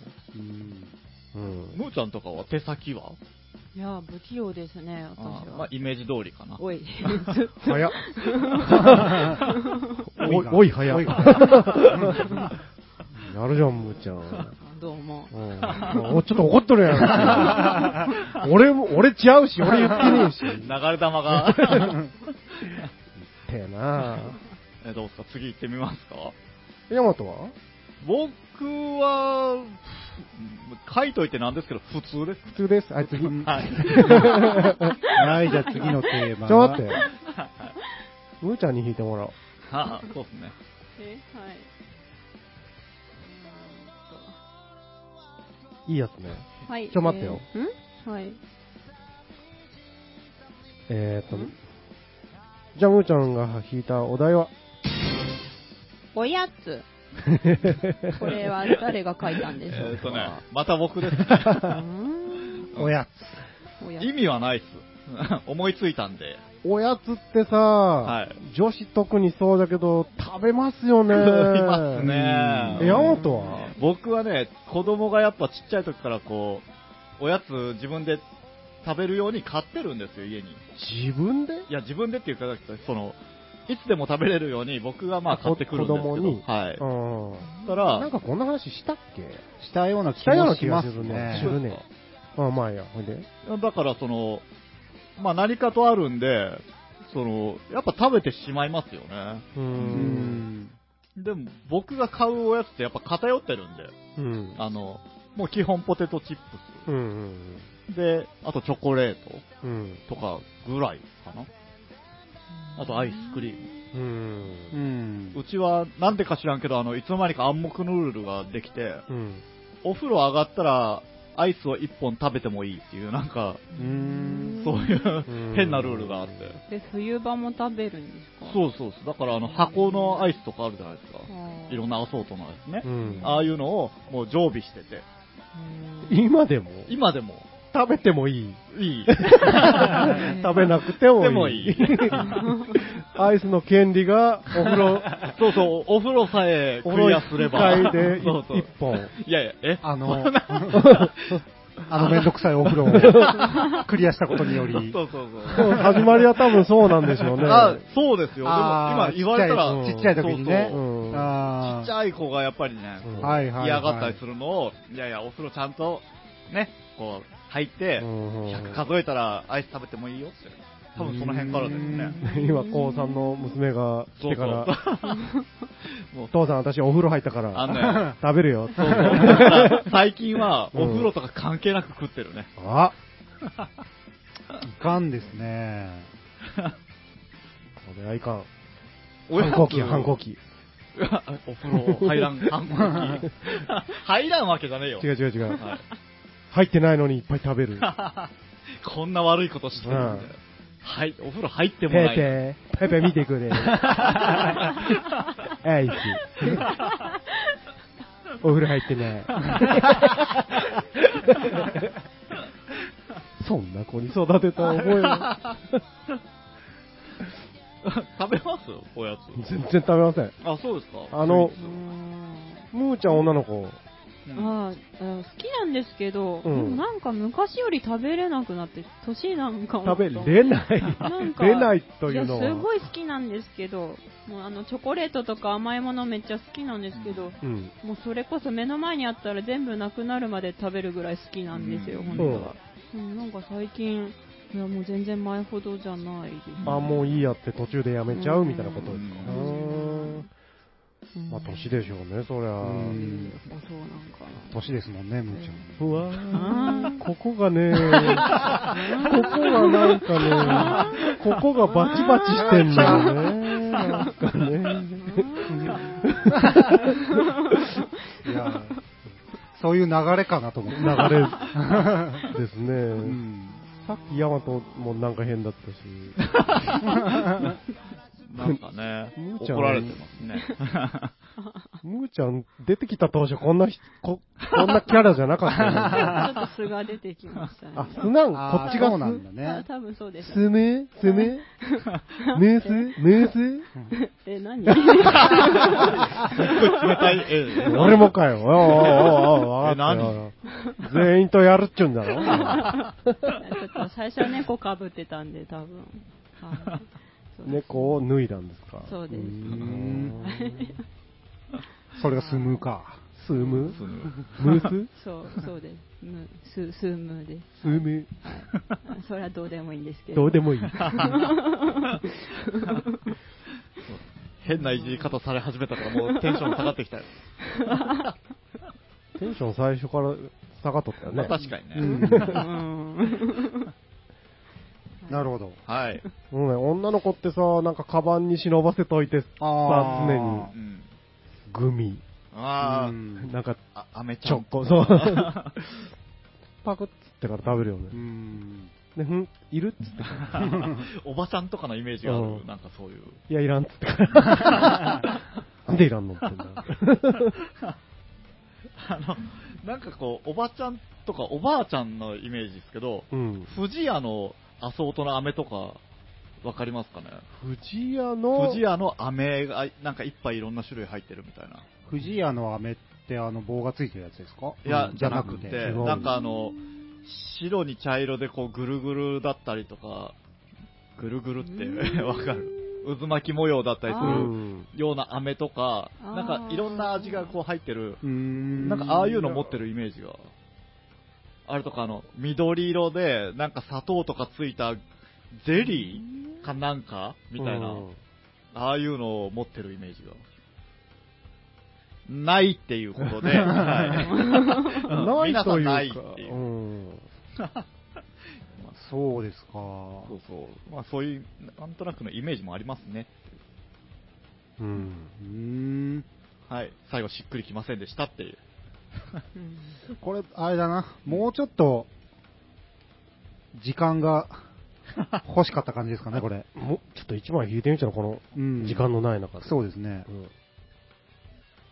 むーちゃんとかは手先は？ いや、不器用ですね、私は。 まあ、イメージ通りかな。 おい。 早っ。おい、早っ。やるじゃん、むーちゃん。 どうも。 ちょっと怒っとるやん。俺ちゃうし、俺言ってねえし。 流れ玉が。 てえなぁ。どうですか、次行ってみますか？ ヤマトは？ 僕は、書いといてなんですけど、普通です。 普通です。はい、次。はい。 はい、じゃあ次のテーマ。 ちょっと待って。むーちゃんに弾いてもらおう。 そうですね。 はい。 いいやつね。 はい。 待ってよ。 はい。 じゃあむーちゃんが弾いたお題は？ おやつ。これは誰が書いたんでしょうか？ また僕ですね。 おやつ。意味はないっす。思いついたんで。 おやつってさ、女子特にそうだけど、食べますよね。 食べますね。 ヤマトは？ 僕はね、子供がやっぱちっちゃい時からこう、おやつ自分で食べるように買ってるんですよ、家に。 自分で？ いや、自分でっていうか、いつでも食べれるように僕がまあ買ってくるんですけど。 子供に。 はい。 たら、なんかこんな話したっけ？ したような気がしますね。するね。まあいいや、ほいで。 だからまあ何かとあるんで、やっぱ食べてしまいますよね。でも僕が買うおやつってやっぱ偏ってるんで、もう基本ポテトチップス。で、あとチョコレートとかぐらいかな。あとアイスクリーム。うちはなんでか知らんけど、いつの間にか暗黙のルールができて、お風呂上がったらアイスを1本食べてもいいっていう、なんか、そういう変なルールがあって。 冬場も食べるんですか？ そう。だから箱のアイスとかあるじゃないですか。いろんなアソートのやつね。ああいうのをもう常備してて。 今でも？ 今でも。 食べてもいい。 いい。 食べなくてもいい。アイスの権利がお風呂、 そうそう、お風呂さえクリアすれば。 1回で1本。 いやいや、 めんどくさいお風呂をクリアしたことにより。 そうそうそう。 始まりは多分そうなんでしょうね。 そうですよ。でも今言われたら、 ちっちゃい時にね。 ちっちゃい子がやっぱりね、嫌がったりするのを、いやいや、お風呂ちゃんと、ね、こう、入って、100数えたらアイス食べてもいいよって。多分その辺からですね。 今、高3の娘が来てから、父さん私お風呂入ったから、食べるよ。 最近はお風呂とか関係なく食ってるね。 あいかんですね。 これはいかん。反抗期、反抗期。 お風呂入らん、反抗期。入らんわけじゃねえよ。 違う。入ってないのにいっぱい食べる。 こんな悪いことしてるんだよ。はい、お風呂入ってもない。 ペペ見てくれ。アイス。お風呂入ってない。そんな子に育てた覚えは。 食べますおやつ。 全然食べません。 あ、そうですか。 ムーちゃん女の子。 好きなんですけど、でもなんか昔より食べれなくなって、年なんか食べれない出ないというのは。 いや、すごい好きなんですけど、もうチョコレートとか甘いものめっちゃ好きなんですけど、もうそれこそ目の前にあったら全部なくなるまで食べるぐらい好きなんですよ、本当は。なんか最近、いやもう全然前ほどじゃないです、ね。 もういいやって途中でやめちゃうみたいなことですか。まあ年でしょうね、そりゃ。そうなんかな。年ですもんね、むーちゃん。 うわここがね、ここがなんかね、ここがバチバチしてんだよね。なんかね。 いや、そういう流れかなと思って。 流れですね。さっきヤマトもなんか変だったし。 なんかね、怒られてますね。 ムーちゃん出てきた当初こんなキャラじゃなかったよね。 ちょっと素が出てきましたね。 素なんこっちがそうなんだね。 多分そうです。 すめメース何すっごい冷たい。 俺もかよ。何全員とやるっちゅうんだろ。 ちょっと最初は猫かぶってたんで、多分。 猫を脱いだんですか。 そうです。 それがスムーか。 スムムースそうです。スムです。 スム。 それはどうでもいいんですけど。 どうでもいい。 変ないじり方され始めたからもうテンション下がってきたよ。 テンション最初から下がっとったよね。 確かにね。 なるほど。 はい。 女の子ってさ、なんかカバンに忍ばせといてさ、常に。グミ。なんか、 飴ちゃん。 チョコ、そう。パクッつってから食べるよね。で、いるっつってから。 おばちゃんとかのイメージがある、なんかそういう。 いや、いらんっつってから。なんでいらんのってんだ。 なんかこう、おばちゃんとかおばあちゃんのイメージですけど、不二家のアソートの飴とか、わかりますかね。 不二家の飴が、なんかいっぱいいろんな種類入ってるみたいな。 不二家の飴って棒がついてるやつですか？ いや、じゃなくて、なんか白に茶色でこうぐるぐるだったりとか、ぐるぐるってわかる？渦巻き模様だったりするような飴とか、なんかいろんな味がこう入ってる、なんかああいうの持ってるイメージが。あれとか緑色で、なんか砂糖とかついたゼリーかなんかみたいな、ああいうのを持ってるイメージが。ないっていうことで、はい、皆さんないっていう。 そうですか。 そうそう。まあそういう、なんとなくのイメージもありますね。はい。最後しっくりきませんでしたっていう。 これ、あれだな。もうちょっと、時間が欲しかった感じですかね、これ。 ちょっと一枚引いてみたら、この、時間のない中で。 そうですね。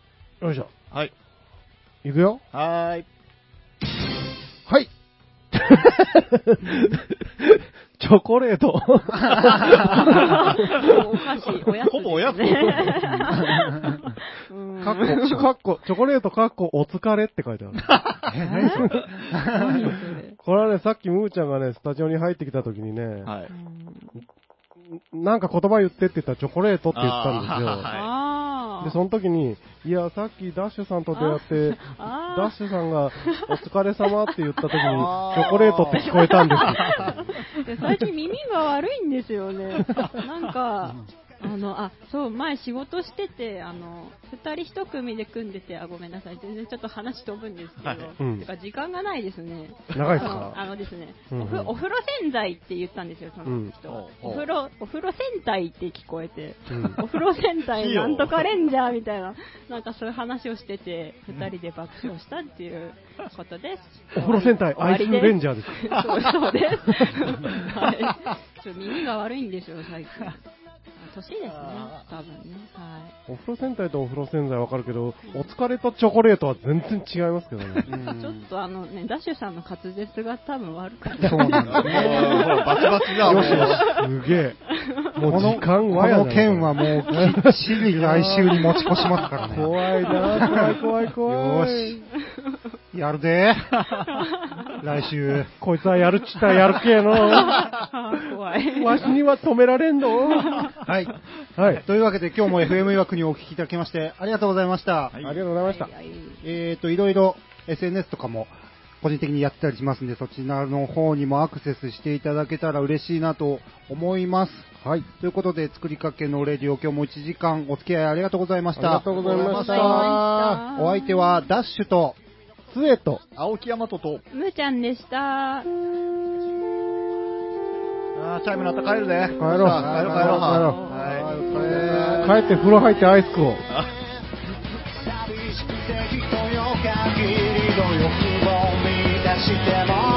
よいしょ。 はい。 いくよ。 はーい。 はい。 チョコレート。お菓子、おやつ。 ほぼおやつ。 チョコレートお疲れって書いてある。 何それ。 これはね、さっきムーちゃんがね、スタジオに入ってきた時にね、はい、なんか言葉言ってって言ったらチョコレートって言ったんですよ。で、その時に、いや、さっきダッシュさんと出会って、ダッシュさんがお疲れ様って言った時に、チョコレートって聞こえたんですよ。最近耳が悪いんですよね。なんか、そう、前仕事してて、二人一組で組んでて、ごめんなさい、全然ちょっと話飛ぶんですけど、はい、てか時間がないですね。 長いですか？ ですね、お風呂洗剤って言ったんですよ、その人。お風呂洗剤って聞こえて、お風呂洗剤なんとかレンジャーみたいな、なんかそういう話をしてて、二人で爆笑したっていうことです。 お風呂洗剤、アイスレンジャーです。 そうです。はい。耳が悪いんですよ、最近。年ですね、多分ね。はい。 お風呂洗剤とお風呂洗剤わかるけど、お疲れとチョコレートは全然違いますけどね。 ちょっとね、ダッシュさんの滑舌が多分悪かった。 そうなんですね。 ほら、バチバチだ。 よしよし、すげえ。もう時間はやな。 この件はもうきっちり来週に持ち越しますからね。 怖いな、怖い。 よし。やるで。来週。 こいつはやるっちったらやるけの。 怖い。 わしには止められんの。 はい。はい。というわけで今日も FM 枠にお聞きいただきましてありがとうございました。 ありがとうございました。 いろいろ SNS とかも個人的にやってたりしますんで、そちらの方にもアクセスしていただけたら嬉しいなと思います。はい。ということで、作りかけのレディオ、今日も1時間お付き合いありがとうございました。 ありがとうございました。 お相手はダッシュと、 つえと、 青木山と、 むーちゃんでした。 チャイム鳴った帰るぜ。 帰ろう。帰って風呂入ってアイス食おう。寂しくて人よ限りの欲望を満たしても